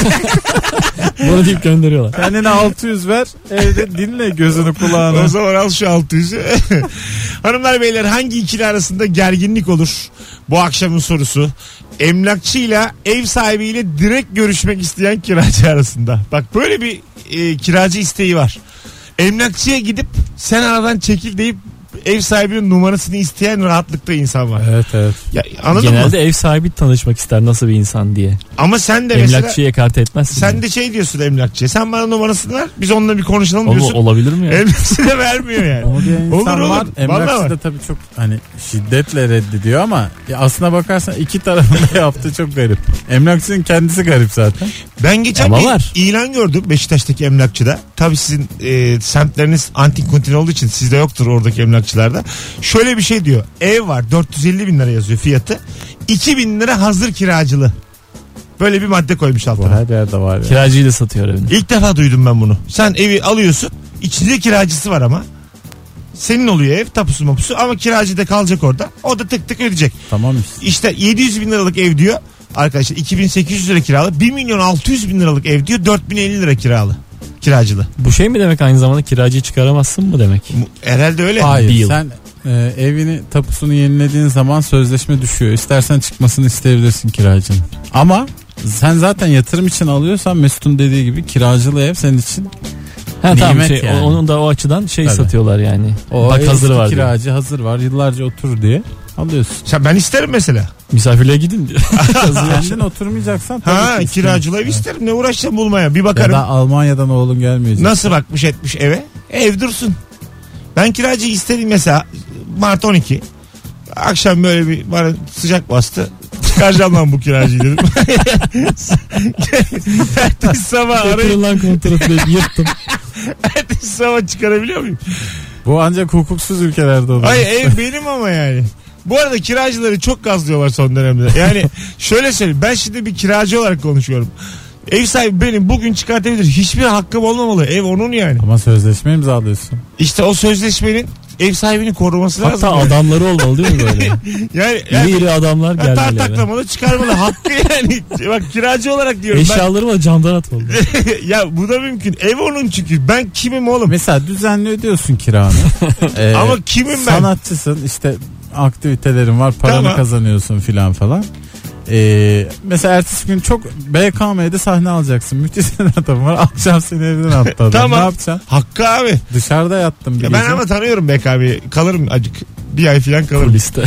Bunu deyip gönderiyorlar. Kendine altı yüz ver evde dinle gözünü kulağını. O zaman al şu altı yüzü. Hanımlar beyler hangi ikili arasında gerginlik olur? Bu akşamın sorusu. Emlakçıyla ev sahibiyle direkt görüşmek isteyen kiracı arasında. Bak böyle bir e, kiracı isteği var. Emlakçıya gidip sen aradan çekil deyip ev sahibinin numarasını isteyen rahatlıkta insan var. Evet evet. Ya, anladın Genelde mı? ev sahibi tanışmak ister nasıl bir insan diye. Ama sen de mesela Emlakçıyı ekarte etmezsin. sen yani. de şey diyorsun emlakçıya. Sen bana numarasını ver. Biz onunla bir konuşalım Oğlum, diyorsun. olabilir mi ya? Emlakçı da vermiyor yani. Onu diyen insan Olur, olur. var. Vallahi Emlakçı var. da tabii çok hani şiddetle reddediyor ama ya aslına bakarsan iki tarafında yaptığı çok garip. Emlakçının kendisi garip zaten. Ben geçen Ama bir var. ilan gördüm Beşiktaş'taki emlakçıda. Tabii sizin e, semtleriniz antik kuntin olduğu için sizde yoktur oradaki emlakçılarda. Şöyle bir şey diyor. Ev var dört yüz elli bin lira yazıyor fiyatı. iki bin lira hazır kiracılı. Böyle bir madde koymuş Bu altına. her yerde var ya. Kiracıyı da satıyor evini. İlk defa duydum ben bunu. Sen evi alıyorsun. İçinde kiracısı var ama. Senin oluyor ev, tapusu mapusu, ama kiracı da kalacak orada. O da tık tık ödeyecek. Tamam işte. İşte yedi yüz bin liralık ev diyor arkadaşlar, iki bin sekiz yüz lira kiralı. bir milyon altı yüz bin liralık ev diyor, dört bin elli lira kiralı. Kiracılı. Bu şey mi demek, aynı zamanda kiracıyı çıkaramazsın mı demek? Herhalde öyle. Hayır, Bir yıl. sen e, evini tapusunu yenilediğin zaman sözleşme düşüyor. İstersen çıkmasını isteyebilirsin kiracının. Ama sen zaten yatırım için alıyorsan Mesut'un dediği gibi kiracılı ev senin için Ha tamam, nimet şey, yani. Onun da o açıdan şey Tabii. satıyorlar yani. O Bak hazır eski var diyor. kiracı hazır var, yıllarca otur diye alıyorsun. Sen, ben isterim mesela. Misafirliğe gidin diyor. Kendin oturmayacaksan tabii Ha, ki kiracılı ev evet. isterim. Ne uğraşacağım bulmaya? Bir Ya bakarım. da Almanya'dan oğlun gelmeyecek. Nasıl bakmış etmiş eve? Ev dursun. Ben kiracıyı istedim mesela Mart on iki. Akşam böyle bir bana sıcak bastı. Çıkaracağım lan bu kiracıyı dedim. Ertesi sabah arayıp Yatırılan kontratı yırttım. ertesi sabah çıkarabiliyor muyum? Bu ancak hukuksuz ülkelerde olur. Ay ev benim ama yani. Bu arada kiracıları çok gazlıyorlar son dönemde. Yani şöyle söyleyeyim, ben şimdi bir kiracı olarak konuşuyorum. Ev sahibi benim, bugün çıkartabilir. Hiçbir hakkım olmamalı. Ev onun yani. Ama sözleşme imzalıyorsun. İşte o sözleşmenin ev sahibini koruması lazım. Hatta yani. adamları olmalı değil mi böyle? Yani, yani İri iri adamlar gelmeli. eve. tartaklamalı, çıkarmalı. Hakkı yani. Bak, kiracı olarak diyorum. Eşyalarımı da camdan atmalı. Ben, ya bu da mümkün. Ev onun çünkü. Ben kimim oğlum? Mesela düzenli ödüyorsun kiranı. Ee, Ama kimim ben? Sanatçısın, işte aktivitelerin var, paranı Tamam. kazanıyorsun filan falan. Ee, mesela ertesi gün çok B K M'de sahne alacaksın. Müthiş bir adam var. Akşam seni evden attı adam. Tamam. Ne yapacaksın? Hakkı abi. Dışarıda yattım bir Ya gece. ben ama tanıyorum B K B'yi. Kalırım acık. Bir ay falan kalırım. Kuliste.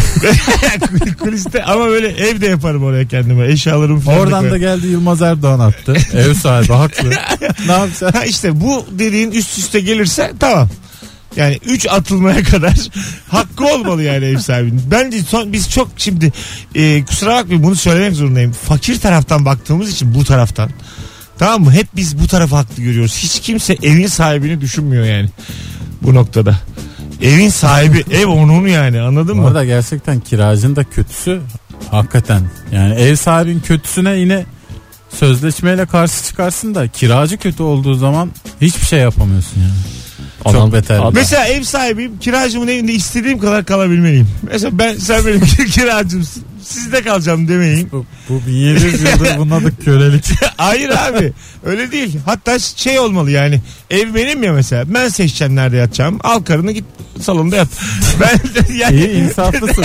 Kuliste, ama böyle evde yaparım oraya kendime. Eşyalarımı falan. Oradan da geldi Yılmaz Erdoğan attı. Ev sahibi haklı. Ne yapacaksın? Ha işte bu dediğin üst üste gelirse tamam. Yani üç atılmaya kadar hakkı olmalı yani ev sahibinin. Bence son, biz çok şimdi e, kusura bakmayın bunu söylemek zorundayım. Fakir taraftan baktığımız için, bu taraftan. Tamam mı? Hep biz bu tarafı haklı görüyoruz. Hiç kimse evin sahibini düşünmüyor yani bu noktada. Evin sahibi, ev onun yani, anladın Bu mı? arada gerçekten kiracının da kötüsü hakikaten. Yani ev sahibinin kötüsüne yine sözleşmeyle karşı çıkarsın da kiracı kötü olduğu zaman hiçbir şey yapamıyorsun yani. Çok Adam- beter. adam- Mesela ev sahibiyim, kiracımın evinde istediğim kadar kalabilmeliyim. Mesela ben, sen benim kiracımsın, sizde kalacağım demeyin. Bu, bu bin yedi yüz yıldır bunun adı kölelik. Hayır abi, öyle değil. Hatta şey olmalı yani, ev benim ya mesela, ben seçeceğim nerede yatacağım. Al karını, git salonda yat. Ben de yani İyi, insaflısın.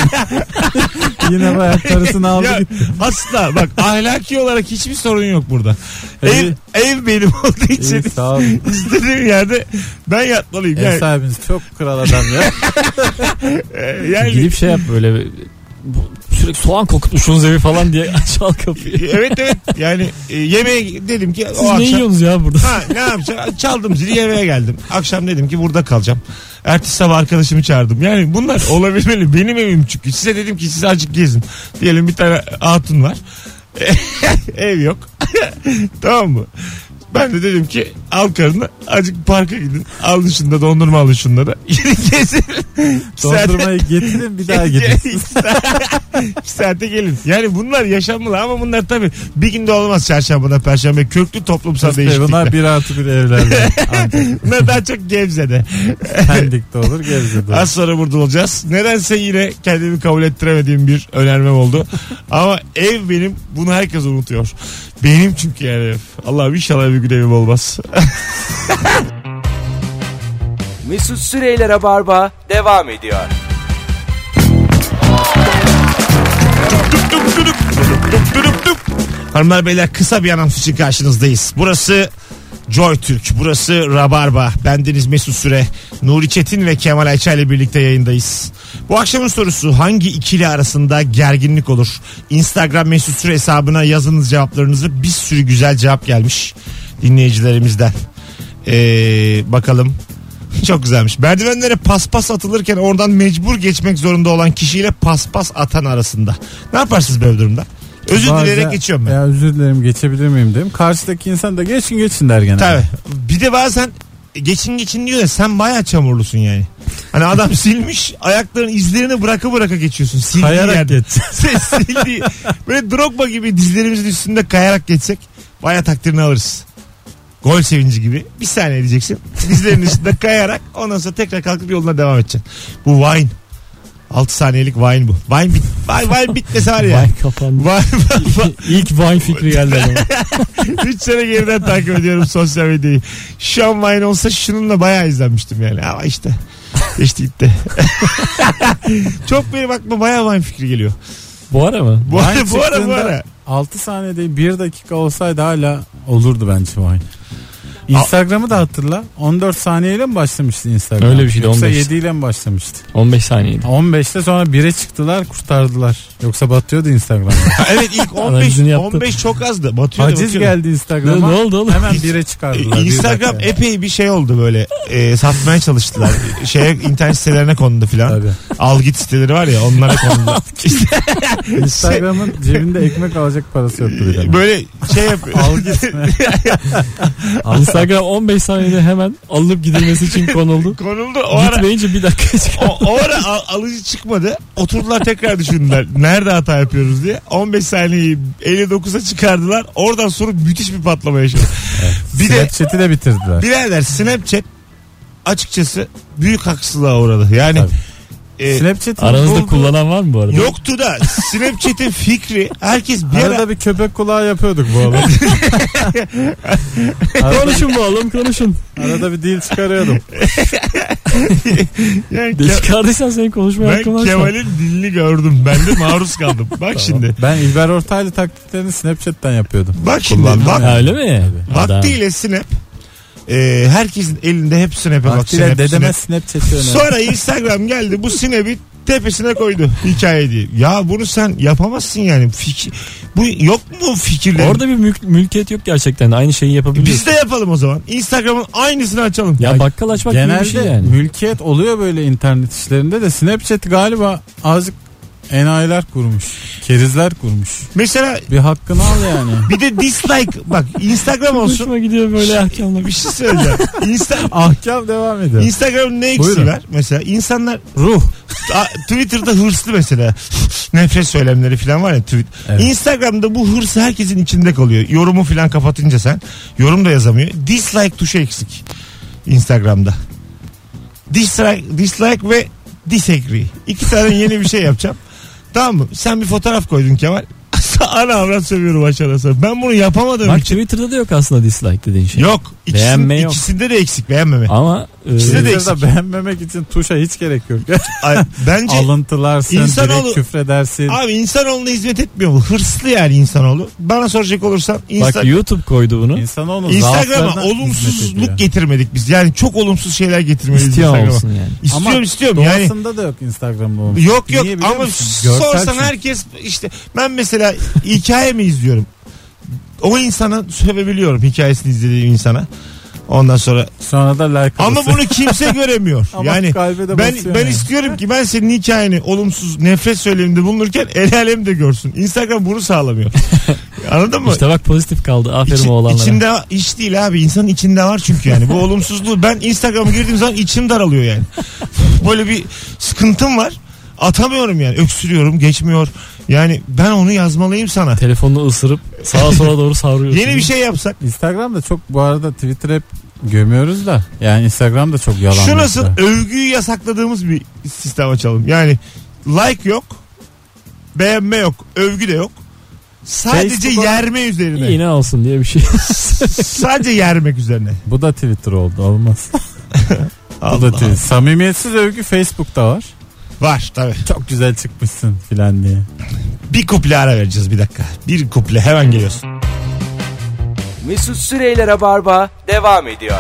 Yine bayağı karısını aldı ya, gitti. asla bak, ahlaki olarak hiçbir sorun yok burada. Ev, İyi. ev benim olduğu için İyi, sağ olun. istediğim yerde ben yatmalıyım. Ev Yani, sahibiniz çok kral adam ya. e, yani Gidip şey yap böyle, bu, sürekli soğan kokutmuşsunuz evi falan diye çal kapıyı. evet evet yani e, yemeğe dedim ki Siz o ne akşam. yiyorsunuz ya burada? Ha, ne yapacağım? Çaldım zili, yemeğe geldim. Akşam dedim ki burada kalacağım. Ertesi sabah arkadaşımı çağırdım. Yani bunlar olabilmeli. Benim evim çünkü. Size dedim ki siz azıcık gezin. Diyelim bir tane hatun var. Ev yok. Tamam mı? Ben de dedim ki al karını, azıcık parka gidin. Alın şunda, dondurma alın şunları. Gezin. Dondurmayı getirin, bir daha gidin. iki saate gelin. Yani bunlar yaşanmalı, ama bunlar tabii bir günde olmaz. Çarşambada, perşembe, köklü toplumsal değişiklikler. Bunlar bir artı bir evlerde. Ancak Bunlar daha çok Gebze'de. Pendik'te olur, Gebze'de olur. Az sonra burada olacağız. Nedense yine kendimi kabul ettiremediğim bir önermem oldu. Ama ev benim. Bunu herkes unutuyor. Benim çünkü yani ev. Allah'ım inşallah bir gün evim olmaz. Mesut Süreyler'e barba devam ediyor. Hanımlar beyler, kısa bir anons için karşınızdayız. Burası Joy Türk, burası Rabarba. Bendeniz Mesut Süre, Nuri Çetin ve Kemal Ayça ile birlikte yayındayız. Bu akşamın sorusu, hangi ikili arasında gerginlik olur? Instagram Mesut Süre hesabına yazınız cevaplarınızı. Bir sürü güzel cevap gelmiş dinleyicilerimizden. Ee, bakalım. Çok güzelmiş. Merdivenlere paspas atılırken oradan mecbur geçmek zorunda olan kişiyle paspas atan arasında. Ne yaparsınız böyle durumda? Özür Bazen- dileyerek geçiyorum ben. Ya özür dilerim, geçebilir miyim dedim. Karşıdaki insan da geçin geçin der genelde. Tabii. Bir de bazen geçin geçin diyor da sen bayağı çamurlusun yani. Hani adam silmiş, ayakların izlerini bıraka bıraka geçiyorsun. Sildiği Kayarak yerde. geç. Sildiği. Böyle Drogba gibi dizlerimizin üstünde kayarak geçsek bayağı takdirini alırız. Gol sevinci gibi. Bir saniye diyeceksin. Dizlerin üstünde kayarak ondan sonra tekrar kalkıp yoluna devam edeceksin. Bu Vine. altı saniyelik Vine bu. Vine, bit, Vine, Vine bitmesi var ya. Vine kapandı. Vine, İlk Vine fikri geldi adama. üç sene geriden takip ediyorum sosyal medyayı. Şu an Vine olsa şununla bayağı izlenmiştim yani. Ama işte. İşte gitti. Çok benim aklıma bayağı Vine fikri geliyor. Bu ara mı? Bu Vine ara bu ara bu çıktığında ara. altı saniyede bir dakika olsaydı hala olurdu bence Vine. Instagram'ı da hatırla. on dört saniyeyle mi başlamıştı Instagram? Öyle bir şeydi, Yoksa on beş. yedi ile mi başlamıştı? on beş saniyeydi. on beşte sonra bire çıktılar, kurtardılar. Yoksa batıyordu Instagram. Evet ilk on beş Analizini yaptı. on beş çok azdı. Batıyordu, Haciz batıyordu. geldi Instagram'a. Ne- ne oldu oğlum? Hemen bire çıkardılar. bir Instagram dakika. epey bir şey oldu böyle. E, satmaya çalıştılar. Şeye internet sitelerine kondu filan. Tabii. Al git siteleri var ya onlara kondu. İşte Instagram'ın cebinde ekmek alacak parası yoktu bile. böyle şey yapıyor. Al git. Instagram on beş saniyede hemen alınıp gidilmesi için konuldu. Konuldu. O ara, Gitmeyince bir dakika çıkar. o, o ara al- alıcı çıkmadı. Oturdular tekrar düşündüler. Nerede hata yapıyoruz diye. on beş saniyeyi elli dokuza çıkardılar. Oradan sonra müthiş bir patlama yaşadı. Bir de Snapchat'i de bitirdiler. birader Snapchat açıkçası büyük haksızlığa uğradı. Yani Tabii. e, Snapchat'in Aranızda bulduğu- kullanan var mı bu arada? yoktu da Snapchat'in fikri herkes bir Arada ara bir köpek kulağı yapıyorduk bu arada. arada, Konuşun bu oğlum konuşun. arada bir dil çıkarıyordum. yani De Ke- çıkardıysan senin konuşmaya ben hakkın var. Kemal'in dilini gördüm. Ben de maruz kaldım. Bak şimdi. Ben İlber Ortaylı taklitlerini Snapchat'ten yapıyordum. Bak şimdi. Kullandım Bak, yani. Ha, öyle mi? Adam. vaktiyle Snap. E, herkesin elinde hep Snap'e bak. Vaktiyle Snap, dedeme Snap. Snapchat'i önerdim. Sonra Instagram geldi bu Snap'i tepesine koydu hikaye diye. Ya bunu sen yapamazsın yani. Fikir, bu yok mu fikirler? Orada bir mülk, mülkiyet yok gerçekten. Aynı şeyi yapabiliyorsun. Biz de yapalım o zaman. Instagram'ın aynısını açalım. Ya bakkal açmak gibi bir Genelde şey yani. mülkiyet oluyor böyle internet işlerinde de Snapchat galiba azıcık enayiler kurmuş. Kerizler kurmuş. Mesela Bir hakkını al yani. bir de dislike bak Instagram olsun. Hoşuma gidiyor böyle ahkamlar. Bir şey söyleyeceğim. Insta, Ahkam devam ediyor. Instagram'ın ne eksiği Buyurun. var? Mesela insanlar Ruh. a, Twitter'da hırslı mesela. Nefret söylemleri falan var ya. Tweet. Evet. Instagram'da bu hırs herkesin içinde kalıyor. Yorumu falan kapatınca sen. Yorum da yazamıyor. Dislike tuşu eksik. Instagram'da. Dislike, dislike ve disagree. İki tane yeni bir şey yapacağım. Tamam mı? Sen bir fotoğraf koydun Kemal. Ana avrat sövüyorum aşağıda. Ben bunu yapamadığım Bak için. Twitter'da da yok aslında dislike dediğin şey. Yok. İkisinde, Beğenme yok. ikisinde de eksik beğenmeme. Ama e, İkisinde de Twitter'da eksik. beğenmemek için tuşa hiç gerek yok. Ay, bence Alıntılarsın, İnsanoğlu- direkt küfredersin. abi insanoğluna hizmet etmiyor bu. Hırslı yani insanoğlu. Bana soracak olursan Insta- bak YouTube koydu bunu. İnsanoğlu Instagram'a zaaflarına hizmet ediyor. olumsuzluk getirmedik biz. Yani çok olumsuz şeyler getirmeliyiz İstiyor Instagram'a. olsun yani. İstiyorum Ama istiyorum yani. doğasında da yok Instagram'da olmuş. Yok yok Niye biliyor ama musun? Görsel sorsan çünkü. herkes işte ben mesela hikaye mi izliyorum? O insana sövebiliyorum hikayesini izlediğim insana. Ondan sonra Sonra da like ama alırsın. bunu kimse göremiyor. Ama yani kalbe de ben basıyor ben yani. istiyorum ki ben senin hikayeni olumsuz nefret söyleminde bulunurken el alem de görsün. Instagram bunu sağlamıyor. Anladın mı? İşte bak pozitif kaldı. Aferin İçi- o oğlanlara. içinde iş değil abi. İnsanın içinde var çünkü yani. Bu olumsuzluğu ben Instagram'a girdiğim zaman içim daralıyor yani. Böyle bir sıkıntım var. Atamıyorum yani. Öksürüyorum, geçmiyor. Yani ben onu yazmalıyım sana. Telefonunu ısırıp sağa sola doğru savrıyorsun. Yeni bir şey yapsak. Instagram'da çok bu arada Twitter hep gömüyoruz da yani Instagram'da çok yalan. Şu nasıl mesela. övgüyü yasakladığımız bir sistem açalım. Yani like yok. Beğenme yok. Övgü de yok. Sadece Facebook'a- yerme üzerine. İğne olsun diye bir şey. Sadece yermek üzerine. Bu da Twitter oldu olmaz. Bu Allah da Twitter. Samimiyetsiz övgü Facebook'ta var. Var tabii. Çok güzel çıkmışsın filan diye. Bir kuple ara vereceğiz bir dakika. Bir kuple hemen geliyoruz. Mesut Süreyler'e barba devam ediyor.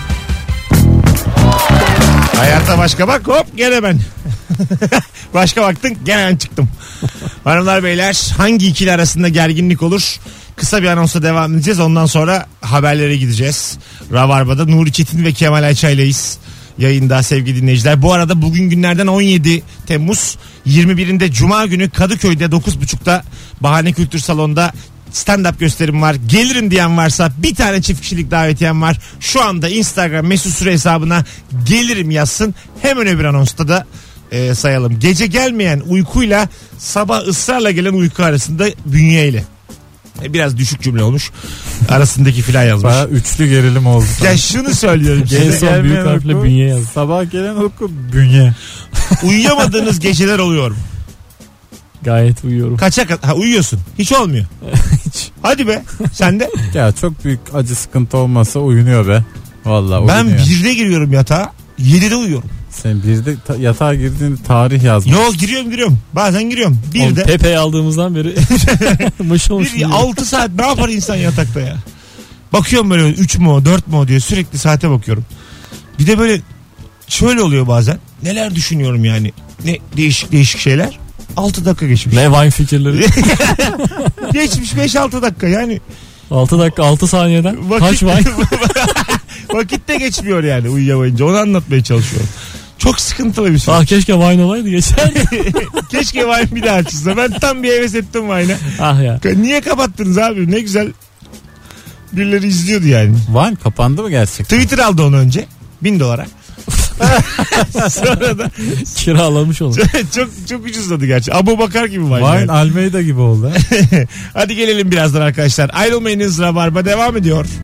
Hayata başka bak hop gene ben. Başka baktın gene ben çıktım. Hanımlar beyler hangi ikili arasında gerginlik olur? Kısa bir anonsla devam edeceğiz. Ondan sonra haberlere gideceğiz. Rabarba'da Nuri Çetin ve Kemal Ayça'yleyiz. Yayında sevgili dinleyiciler. Bu arada bugün günlerden on yedi Temmuz yirmi birinde Cuma günü Kadıköy'de dokuz buçukta Bahane Kültür Salonu'nda stand-up gösterim var. Gelirim diyen varsa bir tane çift kişilik davetiyem var. Şu anda Instagram Mesut Süre hesabına gelirim yazsın. Hemen öbür anonsta da e, sayalım. Gece gelmeyen uykuyla sabah ısrarla gelen uyku arasında bünyeyle. E, biraz düşük cümle olmuş. Arasındaki filan yazmış. Bayağı üçlü gerilim oldu. Ya şunu söylüyorum. En Size, son büyük gelmeyen harfle uyku, bünye yaz. Sabah gelen uyku bünye. uyuyamadığınız geceler oluyor mu? Gayet uyuyorum. Kaça ka- ha, uyuyorsun. Hiç olmuyor. Hiç. Hadi be. Sen de. Ya çok büyük acı sıkıntı olmasa uyunuyor be. Vallahi Ben uyunuyor. birde giriyorum yatağa. Yedide uyuyorum. Sen birde ta- yatağa girdiğin tarih yazmış. Yo giriyorum giriyorum. Bazen giriyorum. Oğlum, Bir de. Pepe'yi aldığımızdan beri mışıl mışıl Bir, uyuyor. altı saat ne yapar insan yatakta ya? Bakıyorum böyle üç mu o dört mu o diye sürekli saate bakıyorum. Bir de böyle şöyle oluyor bazen. Neler düşünüyorum yani. Ne değişik değişik şeyler. altı dakika geçmiş. Ne Vine fikirleri. Geçmiş beş altı dakika yani. altı dakika altı saniyeden Vakit, kaç Vine? vakit de geçmiyor yani uyuyamayınca. Onu anlatmaya çalışıyorum. Çok sıkıntılı bir şey. Ah keşke Vine olaydı geçer. Keşke Vine bir daha açılsa. Ben tam bir heves ettim Vine'a. Ah ya. Niye kapattınız abi? Ne güzel birileri izliyordu yani. Vine kapandı mı gerçekten? Twitter aldı onu önce. Bin dolara. Sonra da Kiralamış onu. çok çok ucuzladı gerçi. Abu Bakar gibi Vine. Vine Yani. Almeida gibi oldu. Hadi gelelim birazdan arkadaşlar. Ayrılmayınız, Rabarba devam ediyor.